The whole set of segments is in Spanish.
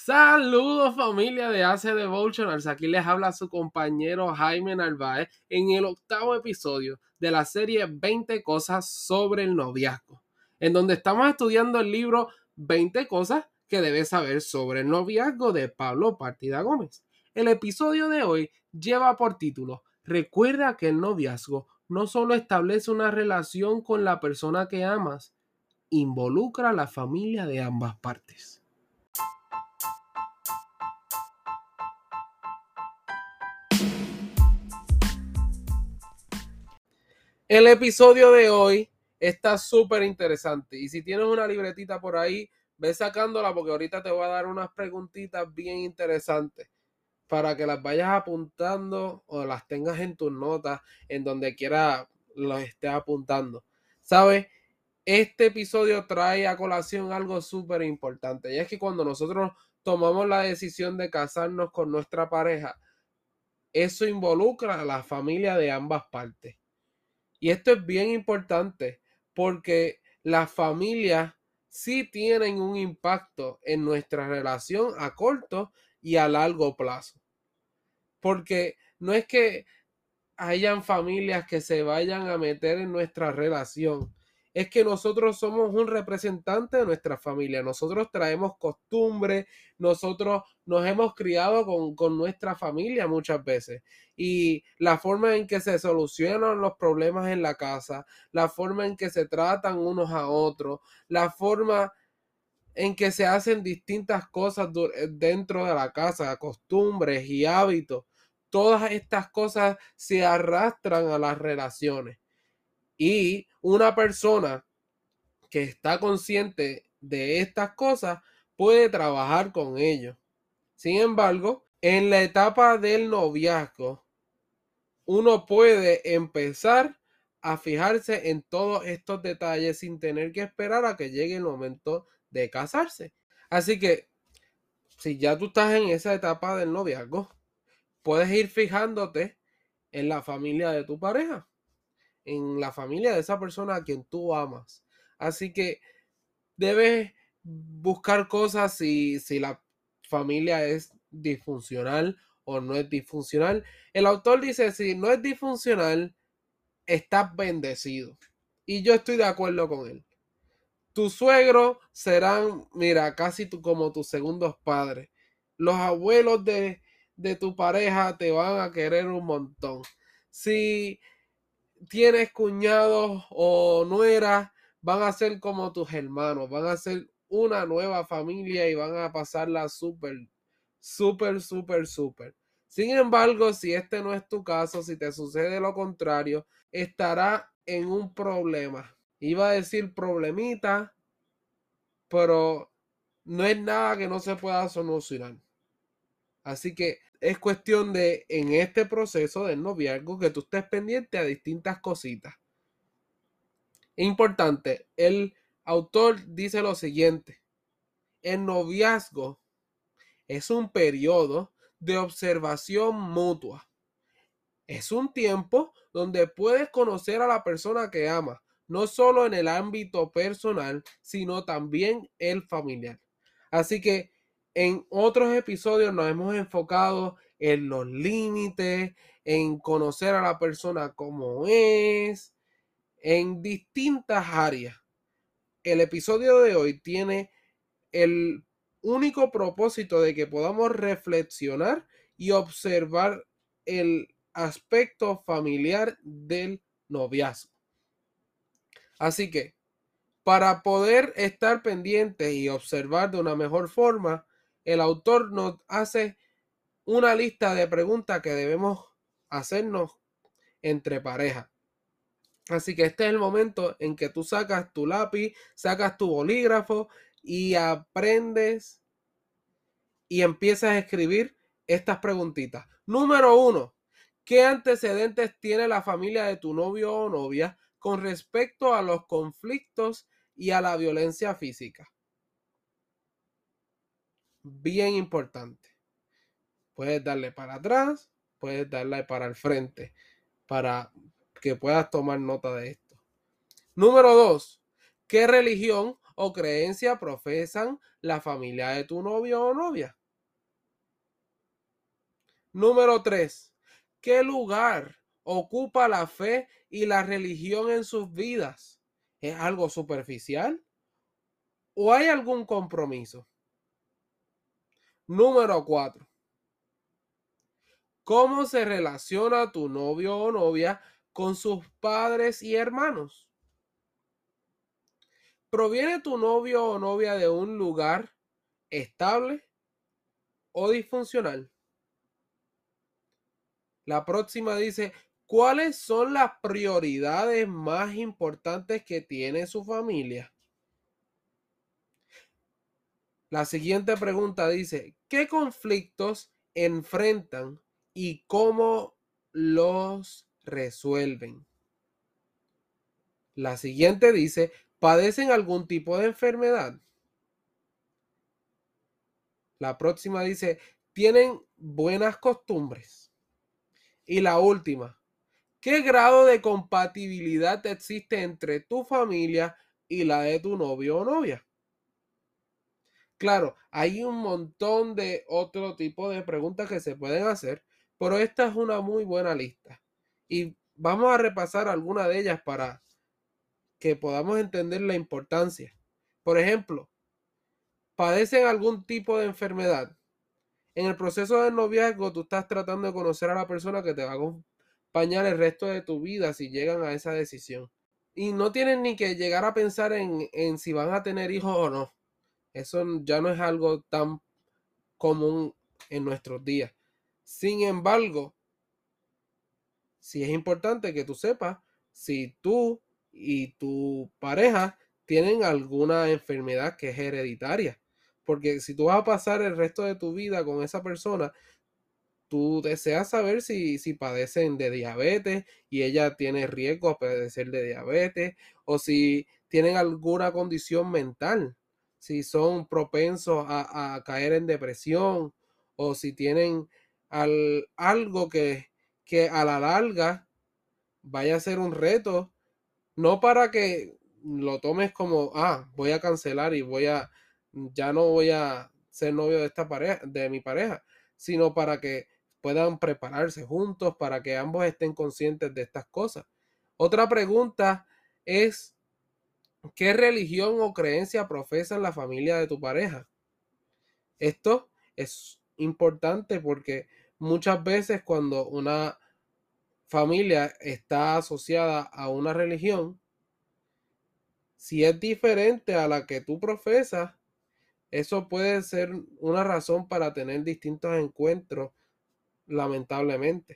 Saludos familia de AC Devotionals, aquí les habla su compañero Jaime Narváez en el 8º episodio de la serie 20 cosas sobre el noviazgo, en donde estamos estudiando el libro 20 cosas que debes saber sobre el noviazgo de Pablo Partida Gómez. El episodio de hoy lleva por título: recuerda que el noviazgo no solo establece una relación con la persona que amas, involucra a la familia de ambas partes. El episodio de hoy está súper interesante y si tienes una libretita por ahí, ve sacándola porque ahorita te voy a dar unas preguntitas bien interesantes para que las vayas apuntando o las tengas en tus notas, en donde quiera los estés apuntando. ¿Sabes? Este episodio trae a colación algo súper importante y es que cuando nosotros tomamos la decisión de casarnos con nuestra pareja, eso involucra a la familia de ambas partes. Y esto es bien importante porque las familias sí tienen un impacto en nuestra relación a corto y a largo plazo. Porque no es que hayan familias que se vayan a meter en nuestra relación. Es que nosotros somos un representante de nuestra familia. Nosotros traemos costumbres, nosotros nos hemos criado con nuestra familia muchas veces. Y la forma en que se solucionan los problemas en la casa, la forma en que se tratan unos a otros, la forma en que se hacen distintas cosas dentro de la casa, costumbres y hábitos. Todas estas cosas se arrastran a las relaciones. Y una persona que está consciente de estas cosas puede trabajar con ello. Sin embargo, en la etapa del noviazgo, uno puede empezar a fijarse en todos estos detalles sin tener que esperar a que llegue el momento de casarse. Así que, si ya tú estás en esa etapa del noviazgo, puedes ir fijándote en la familia de tu pareja, en la familia de esa persona a quien tú amas. Así que debes buscar cosas si la familia es disfuncional o no es disfuncional. El autor dice, si no es disfuncional, estás bendecido. Y yo estoy de acuerdo con él. Tus suegros serán, mira, casi como tus segundos padres. Los abuelos de tu pareja te van a querer un montón. Si tienes cuñados o nueras, van a ser como tus hermanos. Van a ser una nueva familia y van a pasarla súper, súper, súper, súper. Sin embargo, si este no es tu caso, si te sucede lo contrario, estará en un problema. Iba a decir problemita, pero no es nada que no se pueda solucionar. Así que es cuestión de, en este proceso del noviazgo, que tú estés pendiente a distintas cositas. Importante, el autor dice lo siguiente: el noviazgo es un periodo de observación mutua. Es un tiempo donde puedes conocer a la persona que amas, no solo en el ámbito personal, sino también el familiar. Así que en otros episodios nos hemos enfocado en los límites, en conocer a la persona como es, en distintas áreas. El episodio de hoy tiene el único propósito de que podamos reflexionar y observar el aspecto familiar del noviazgo. Así que, para poder estar pendientes y observar de una mejor forma, el autor nos hace una lista de preguntas que debemos hacernos entre parejas. Así que este es el momento en que tú sacas tu lápiz, sacas tu bolígrafo y aprendes y empiezas a escribir estas preguntitas. Número 1. ¿Qué antecedentes tiene la familia de tu novio o novia con respecto a los conflictos y a la violencia física? Bien importante. Puedes darle para atrás, puedes darle para el frente, para que puedas tomar nota de esto. Número 2. ¿Qué religión o creencia profesan la familia de tu novio o novia? Número 3. ¿Qué lugar ocupa la fe y la religión en sus vidas? ¿Es algo superficial o hay algún compromiso? Número 4. ¿Cómo se relaciona tu novio o novia con sus padres y hermanos? ¿Proviene tu novio o novia de un lugar estable o disfuncional? La próxima dice, ¿cuáles son las prioridades más importantes que tiene su familia? La siguiente pregunta dice, ¿qué conflictos enfrentan y cómo los resuelven? La siguiente dice, ¿padecen algún tipo de enfermedad? La próxima dice, ¿tienen buenas costumbres? Y la última, ¿qué grado de compatibilidad existe entre tu familia y la de tu novio o novia? Claro, hay un montón de otro tipo de preguntas que se pueden hacer, pero esta es una muy buena lista. Y vamos a repasar algunas de ellas para que podamos entender la importancia. Por ejemplo, ¿padecen algún tipo de enfermedad? En el proceso del noviazgo, tú estás tratando de conocer a la persona que te va a acompañar el resto de tu vida si llegan a esa decisión. Y no tienen ni que llegar a pensar en si van a tener hijos o no. Eso ya no es algo tan común en nuestros días. Sin embargo, sí es importante que tú sepas si tú y tu pareja tienen alguna enfermedad que es hereditaria. Porque si tú vas a pasar el resto de tu vida con esa persona, tú deseas saber si padecen de diabetes y ella tiene riesgo a padecer de diabetes o si tienen alguna condición mental, si son propensos a caer en depresión o si tienen algo que a la larga vaya a ser un reto, no para que lo tomes como, voy a cancelar y ya no voy a ser novio de esta pareja, de mi pareja, sino para que puedan prepararse juntos, para que ambos estén conscientes de estas cosas. Otra pregunta es, ¿qué religión o creencia profesa la familia de tu pareja? Esto es importante porque muchas veces cuando una familia está asociada a una religión, si es diferente a la que tú profesas, eso puede ser una razón para tener distintos encuentros, lamentablemente.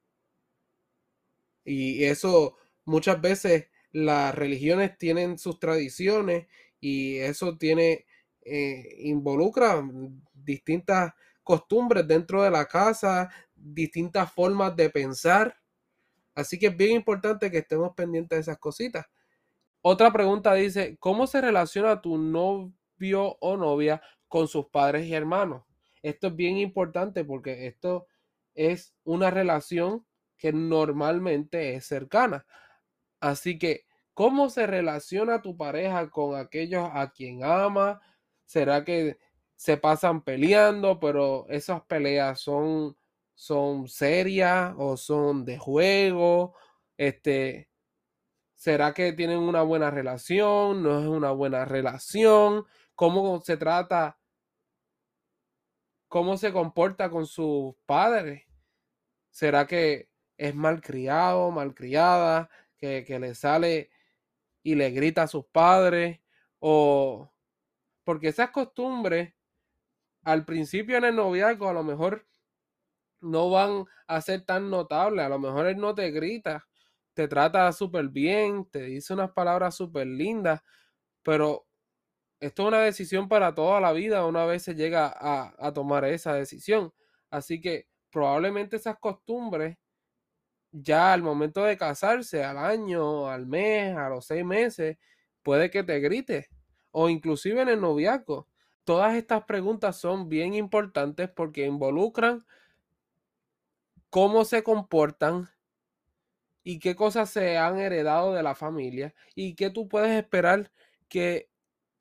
Y eso muchas veces las religiones tienen sus tradiciones y eso involucra distintas costumbres dentro de la casa, distintas formas de pensar. Así que es bien importante que estemos pendientes de esas cositas. Otra pregunta dice, ¿cómo se relaciona tu novio o novia con sus padres y hermanos? Esto es bien importante porque esto es una relación que normalmente es cercana. Así que, ¿cómo se relaciona tu pareja con aquellos a quien ama? ¿Será que se pasan peleando, pero esas peleas son serias o son de juego? ¿Será que tienen una buena relación? ¿No es una buena relación? ¿Cómo se trata? ¿Cómo se comporta con sus padres? ¿Será que es malcriado, malcriada? Que le sale y le grita a sus padres? O porque esas costumbres al principio en el noviazgo a lo mejor no van a ser tan notables. A lo mejor él no te grita, te trata súper bien, te dice unas palabras súper lindas, pero esto es una decisión para toda la vida una vez se llega a tomar esa decisión. Así que probablemente esas costumbres ya al momento de casarse, al año, al mes, a los 6 meses, puede que te grite o inclusive en el noviazgo. Todas estas preguntas son bien importantes porque involucran cómo se comportan y qué cosas se han heredado de la familia y qué tú puedes esperar que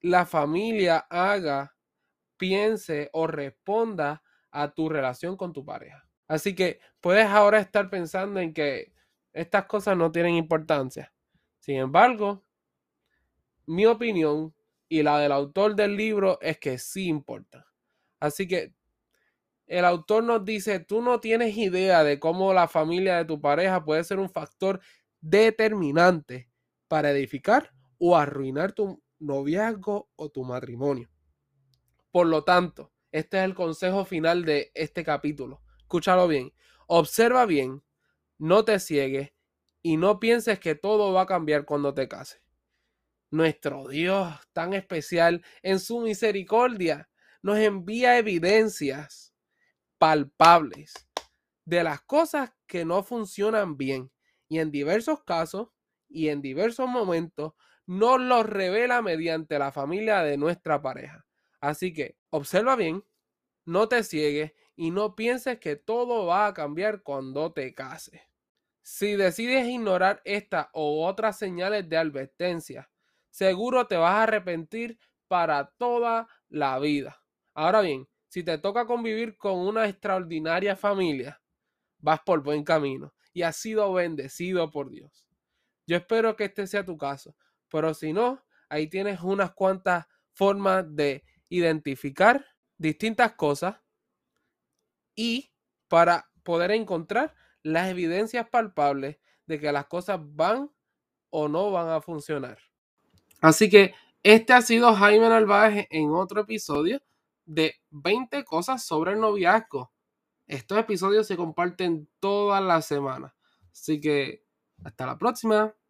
la familia haga, piense o responda a tu relación con tu pareja. Así que puedes ahora estar pensando en que estas cosas no tienen importancia. Sin embargo, mi opinión y la del autor del libro es que sí importa. Así que el autor nos dice, tú no tienes idea de cómo la familia de tu pareja puede ser un factor determinante para edificar o arruinar tu noviazgo o tu matrimonio. Por lo tanto, este es el consejo final de este capítulo. Escúchalo bien. Observa bien, no te ciegues y no pienses que todo va a cambiar cuando te cases. Nuestro Dios tan especial en su misericordia nos envía evidencias palpables de las cosas que no funcionan bien y en diversos casos y en diversos momentos nos los revela mediante la familia de nuestra pareja. Así que observa bien, no te ciegues y no pienses que todo va a cambiar cuando te cases. Si decides ignorar esta o otras señales de advertencia, seguro te vas a arrepentir para toda la vida. Ahora bien, si te toca convivir con una extraordinaria familia, vas por buen camino y has sido bendecido por Dios. Yo espero que este sea tu caso, pero si no, ahí tienes unas cuantas formas de identificar distintas cosas y para poder encontrar las evidencias palpables de que las cosas van o no van a funcionar. Así que este ha sido Jaime Narváez en otro episodio de 20 cosas sobre el noviazgo. Estos episodios se comparten todas las semanas. Así que hasta la próxima.